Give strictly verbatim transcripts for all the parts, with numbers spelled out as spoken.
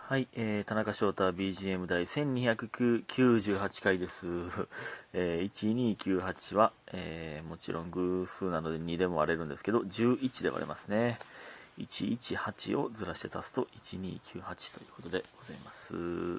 はい、えー、田中翔太 ビージーエム 第せんにひゃくきゅうじゅうはちかいです。えー、いちにーきゅうはちは、えー、もちろん偶数なのでにでも割れるんですけど、じゅういちで割れますね。いちいちはちをずらして足すといちにーきゅうはちということでございます。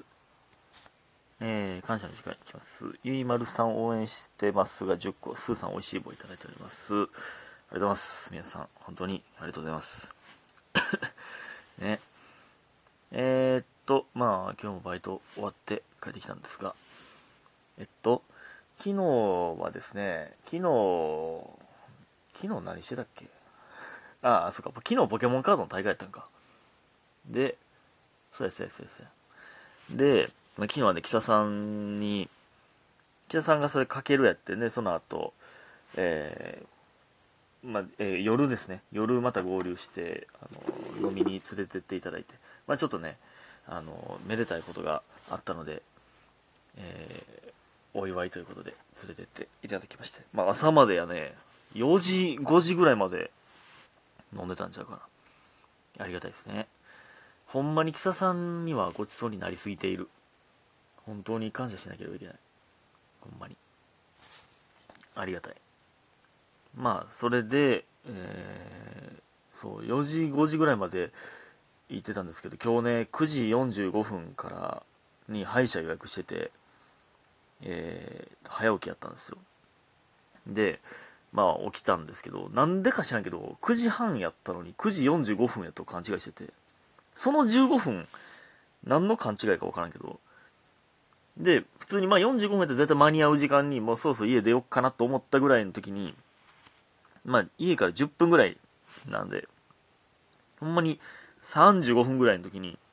えー、感謝の時間いきます。ゆいまるさん応援してますがじゅっこ、スーさんおいしい棒いただいております。ありがとうございます。皆さん、本当にありがとうございます。ね。えー、っと、まあ、今日もバイト終わって帰ってきたんですが、えっと、昨日はですね、昨日、昨日何してたっけ。ああ、そっか、昨日ポケモンカードの大会やったんか。で、そうやそうやそうやそうや。で、まあ、昨日はね、キサさんに、キサさんがそれかけるやってね、その後、えー、まあ、えー、夜ですね、夜また合流して、あの、飲みに連れてっていただいて、まあちょっとね、あの、めでたいことがあったので、えー、お祝いということで連れてっていただきまして、まあ朝までやね、よじ、ごじぐらいまで飲んでたんちゃうかな。ありがたいですね。ほんまにキサさんにはごちそうになりすぎている。本当に感謝しなければいけない。ほんまに。ありがたい。まあ、それで、えー、そう、よじ、ごじぐらいまで行ってたんですけど、今日ね、くじよんじゅうごふんからに歯医者予約してて、えー、早起きやったんですよ。で、まあ起きたんですけど、なんでか知らんけど、くじはんやったのにくじよんじゅうごふんやと勘違いしてて、そのじゅうごふん、何の勘違いかわからんけど、で、普通にまあよんじゅうごふんやったら絶対間に合う時間に、もうそろそろ家出よっかなと思ったぐらいの時に、まあ家からじゅっぷんぐらいなんで、ほんまにさんじゅうごふんぐらいの時に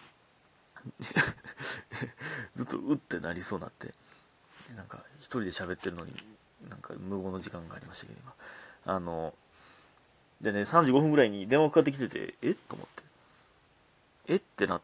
ずっとうってなりそうになって、なんか一人で喋ってるのに、なんか無言の時間がありましたけど、今。あの、でね、さんじゅうごふんぐらいに電話かかってきてて、えっと思って。えってなって、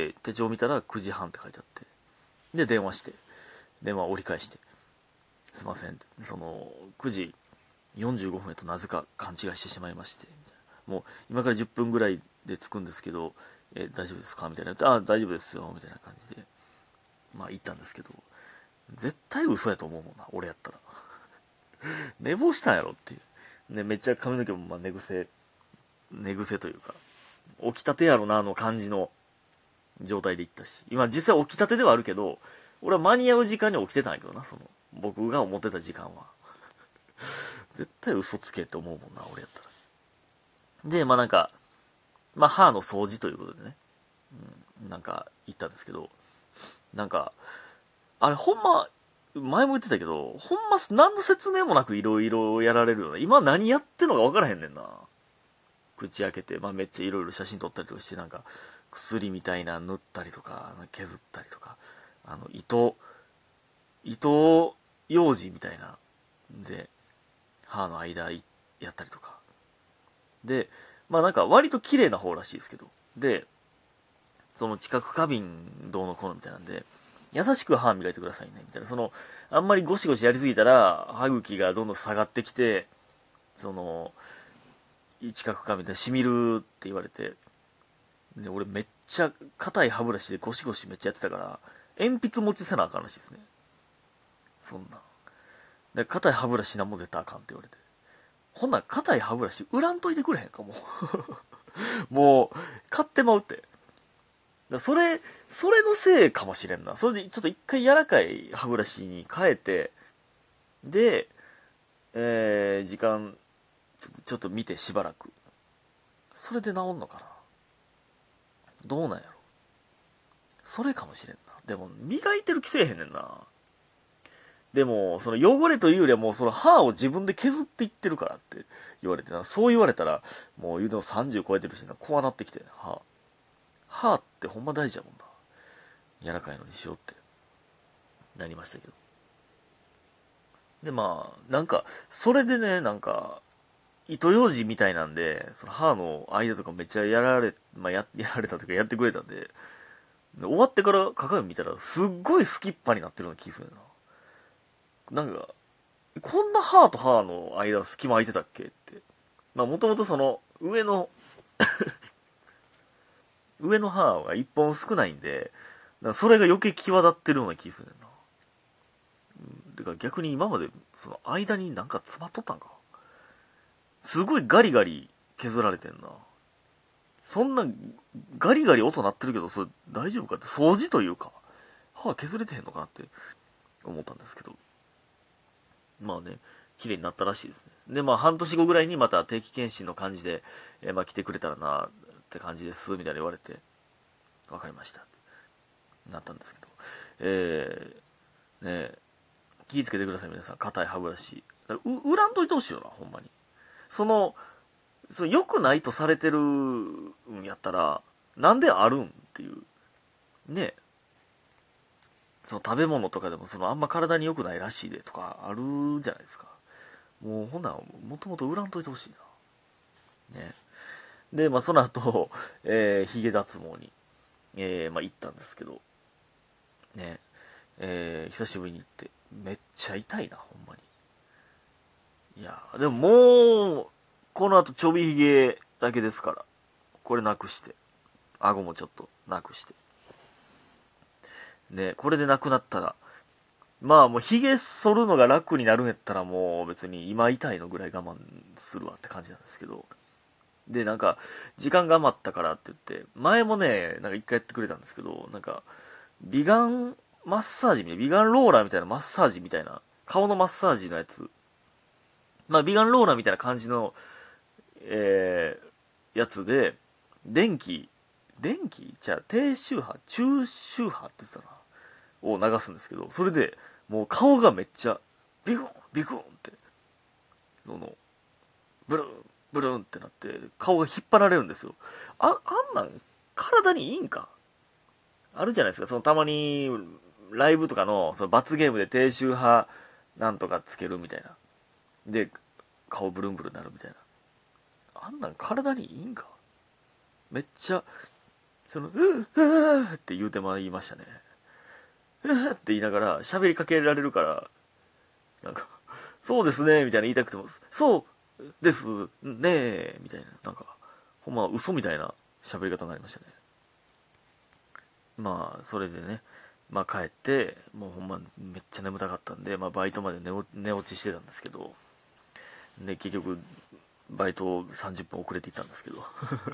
手帳見たらくじはんって書いてあって。で、電話して。電話折り返して。すいません。その、くじよんじゅうごふんへとなぜか勘違いしてしまいまして。もう、今からじゅっぷんぐらいで着くんですけど、え、大丈夫ですかみたいな。あ、大丈夫ですよ。みたいな感じで。まあ、行ったんですけど、絶対嘘やと思うもんな、俺やったら。寝坊したんやろっていう。ね、めっちゃ髪の毛もまあ寝癖、寝癖というか、起きたてやろな、あの感じの状態で行ったし。今実際起きたてではあるけど、俺は間に合う時間に起きてたんやけどな、その、僕が思ってた時間は。絶対嘘つけって思うもんな、俺やったら。で、まあなんか、まあ歯の掃除ということでね、うん、なんか行ったんですけど、なんか、あれほんま、前も言ってたけど、ほんま何の説明もなくいろいろやられるよね。今何やってんのか分からへんねんな。口開けて、まあ、めっちゃいろいろ写真撮ったりとかして、なんか薬みたいな塗ったりとか削ったりとか、あの糸糸ようじみたいなで歯の間やったりとかで、まあなんか割と綺麗な方らしいですけど、でその知覚過敏どうのこうのみたいなんで、優しく歯磨いてくださいねみたいな、そのあんまりゴシゴシやりすぎたら歯茎がどんどん下がってきて、その知覚過敏でしみるって言われて、で、俺めっちゃ硬い歯ブラシでゴシゴシめっちゃやってたから、鉛筆持ちせなあかんらしいですね。そんな。で、硬い歯ブラシなんも絶対あかんって言われて。ほんなら硬い歯ブラシ売らんといてくれへんか、もう。もう、買ってまうって。だそれ、それのせいかもしれんな。それでちょっと一回柔らかい歯ブラシに変えて、で、えー、時間、ちょっと、ちょっと見てしばらく。それで治んのかな。どうなんやろ。それかもしれんな。でも、磨いてる気せえへんねんな。でも、その汚れというよりはもうその歯を自分で削っていってるからって言われてな。そう言われたら、もう言うてもさんじゅう超えてるしな、こうなってきて、歯。歯ってほんま大事やもんな。柔らかいのにしようってなりましたけど。で、まあ、なんか、それでね、なんか、糸ようじみたいなんで、その歯の間とかめっちゃやられ、まあや、やられたというかやってくれたんで、で終わってから鏡見たらすっごいスキッパになってるような気するな。なんか、こんな歯と歯の間隙間空いてたっけって。まあもともとその上の上の歯が一本少ないんで、だからそれが余計際立ってるような気するねんな。うん、てか逆に今までその間になんか詰まっとったんか。すごいガリガリ削られてんな。そんなガリガリ音鳴ってるけど、それ大丈夫かって、掃除というか、歯削れてへんのかなって思ったんですけど。まあね、綺麗になったらしいですね。で、まあ半年後ぐらいにまた定期検診の感じで、えー、まあ来てくれたらなって感じです、みたいな言われて、わかりました。なったんですけど。えー、ね気ぃつけてください、皆さん。硬い歯ブラシ。う、売らんといてほしいよな、ほんまに。その、その良くないとされてるんやったら、なんであるんっていう。ねその食べ物とかでもそのあんま体に良くないらしいでとかあるじゃないですか。もうほんならもともと売らんといてほしいな。ね。で、まあその後、えー、髭脱毛に、えー、まあ行ったんですけど、ね。えー、久しぶりに行って、めっちゃ痛いな、ほんまに。いやでももう、この後ちょび髭だけですから、これなくして、顎もちょっとなくして。ね、これでなくなったら、まあもう髭剃るのが楽になるんやったらもう別に今痛いのぐらい我慢するわって感じなんですけど。で、なんか、時間が余ったからって言って、前もね、なんか一回やってくれたんですけど、なんか、美顔マッサージみたいな、美顔ローラーみたいなマッサージみたいな、顔のマッサージのやつ。まあ美顔ローラーみたいな感じの、えー、やつで、電気、電気じゃあ低周波中周波って言ってたな。を流すんですけど、それで、もう顔がめっちゃ、ビクンビクンって、その、ブルーン、ブルーンってなって、顔が引っ張られるんですよ。あ、あんなん、体にいいんかあるじゃないですか。そのたまに、ライブとかの、その罰ゲームで低周波なんとかつけるみたいな。で、顔ブルンブルンなるみたいな。あんなん体にいいんかめっちゃ、その、うぅ、うぅって言うてまいりましたね。うぅって言いながら喋りかけられるから、なんか、そうですね、みたいな言いたくても、そうですね、みたいな、なんか、ほんま嘘みたいな喋り方になりましたね。まあ、それでね、まあ帰って、もうほんまめっちゃ眠たかったんで、まあバイトまで寝寝落ちしてたんですけど、で、結局、バイトさんじゅっぷん遅れていったんですけど、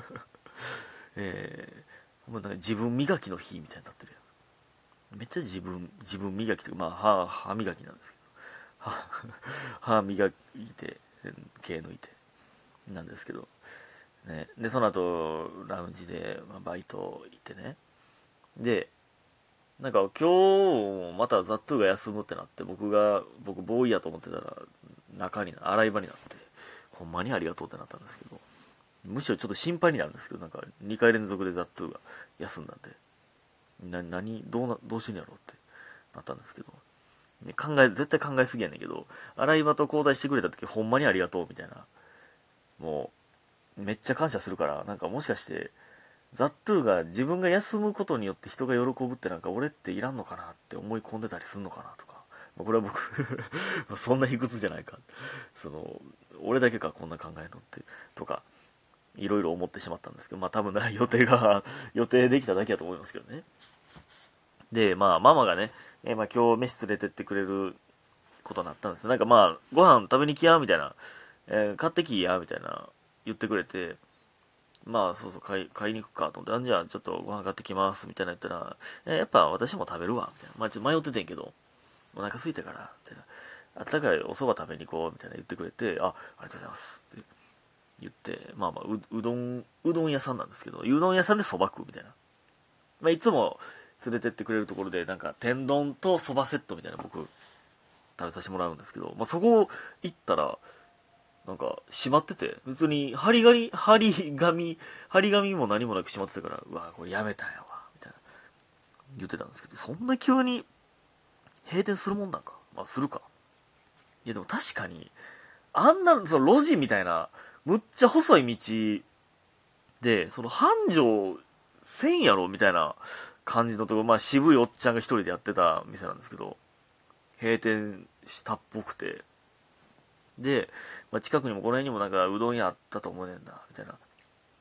えー、ほんまなんか自分磨きの日みたいになってるやん。めっちゃ自分、自分磨きというか、まあ歯、歯磨きなんですけど、歯、歯磨いて、毛抜いて、なんですけど、ね。で、その後、ラウンジで、まあ、バイト行ってね。で、なんか今日またザットゥが休むってなって、僕が、僕ボーイやと思ってたら、中に洗い場になって、ほんまにありがとうってなったんですけど、むしろちょっと心配になるんですけど、なんかにかい連続でザットゥが休んだんで、な、何、どうな、どうしてんやろうってなったんですけど、ね、考え、絶対考えすぎやねんけど、洗い場と交代してくれた時ほんまにありがとうみたいな、もう、めっちゃ感謝するから、なんかもしかして、ザットゥーが自分が休むことによって人が喜ぶってなんか俺っていらんのかなって思い込んでたりすんのかなとか。まあ、これは僕そんな卑屈じゃないか。その、俺だけかこんな考えるのって、とか、いろいろ思ってしまったんですけど、まあ多分ね、予定が予定できただけだと思いますけどね。で、まあママがね、えーまあ今日飯連れてってくれることになったんです。なんかまあ、ご飯食べに来や、みたいな、えー買ってきや、みたいな言ってくれて、まあそうそう買い、買いに行くかと思って、あ、じゃあちょっとご飯買ってきますみたいな言ったら、えやっぱ私も食べるわみたいな。まあちょっと迷っててんけど、お腹空いたから、みたいな。あったかいお蕎麦食べに行こうみたいな言ってくれて、あ、ありがとうございますって言って、まあまあう、うどん、うどん屋さんなんですけど、うどん屋さんで蕎麦食うみたいな。まあいつも連れてってくれるところで、なんか天丼と蕎麦セットみたいな僕食べさせてもらうんですけど、まあそこ行ったら、なんか、閉まってて、別に、張り紙、張り紙、張り紙も何もなく閉まってたから、うわ、これやめたんやわ、みたいな、言ってたんですけど、そんな急に閉店するもんなんか。まあ、するか。いや、でも確かに、あんな、その路地みたいな、むっちゃ細い道で、その繁盛せんやろ、みたいな感じのところ、まあ、渋いおっちゃんが一人でやってた店なんですけど、閉店したっぽくて、で、まあ、近くにもこの辺にもなんかうどん屋あったと思うねんな、みたいな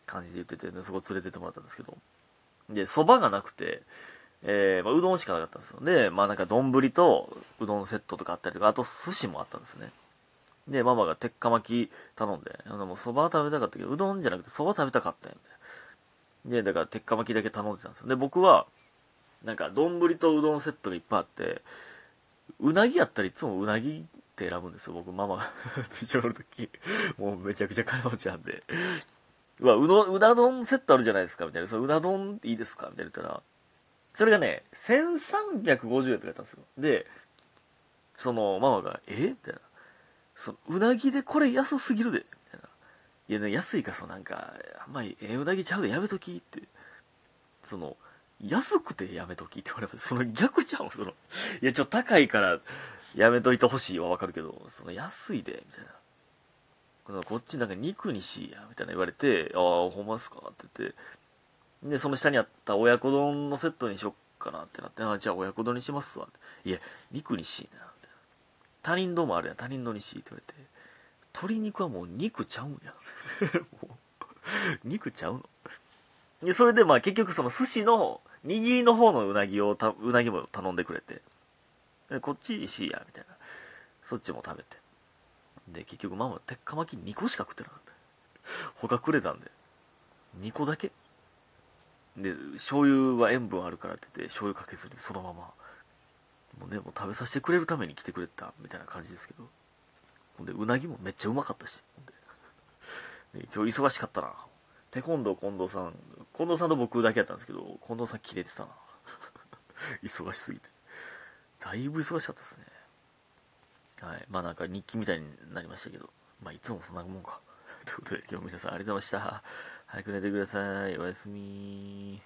感じで言ってて、でそこ連れてってもらったんですけど、で、蕎麦がなくて、えー、まあ、うどんしかなかったんですよ。で、まあなんか丼とうどんセットとかあったりとか、あと寿司もあったんですよね。で、ママが鉄火巻き頼んで、あのもう蕎麦食べたかったけど、うどんじゃなくて蕎麦食べたかったよね。で、だから鉄火巻きだけ頼んでたんですよ。で、僕は、なんか丼とうどんセットがいっぱいあって、うなぎやったらいつもうなぎって選ぶんですよ。僕、ママが一緒の時。もうめちゃくちゃ金持ちなんで。うわ、うどん、うな丼セットあるじゃないですか、みたいな。そのうな丼いいですかみたいな言ったら、それがね、せんさんびゃくごじゅうえんって書いてあったんですよ。で、その、ママが、えみたいな。その、うなぎでこれ安すぎるで。みたいな。いや、ね、安いか、そう、なんか、あんまり、ええうなぎちゃうでやめときって。その、安くてやめときって言われます。その逆ちゃうその、いや、ちょっと高いからやめといてほしいはわかるけど、その安いで、みたいな。このこっちなんか肉にしや、みたいな言われて、ああ、ほんまっすかって言って、で、その下にあった親子丼のセットにしよっかなってなって、あじゃあ親子丼にしますわ。いや、肉にしいな、みたいな。他人丼もあるやん、他人丼にしって言われて、鶏肉はもう肉ちゃうんや。もう肉ちゃうの。で、それでまあ結局その寿司の握りの方のうなぎをた、うなぎも頼んでくれて、でこっちしいや、みたいな。そっちも食べて。で、結局ママ鉄火巻きにこしか食ってなかった。他くれたんで、にこだけ。で、醤油は塩分あるからって言って、醤油かけずにそのまま、もうね、もう食べさせてくれるために来てくれた、みたいな感じですけど。ほんで、うなぎもめっちゃうまかったし。ほんで、で今日忙しかったな。テコンドー近藤さん、近藤さんと僕だけやったんですけど、近藤さん切れてたな。忙しすぎて。だいぶ忙しかったですね。はい。まあなんか日記みたいになりましたけど、まあいつもそんなもんか。ということで今日皆さんありがとうございました。早く寝てください。おやすみ。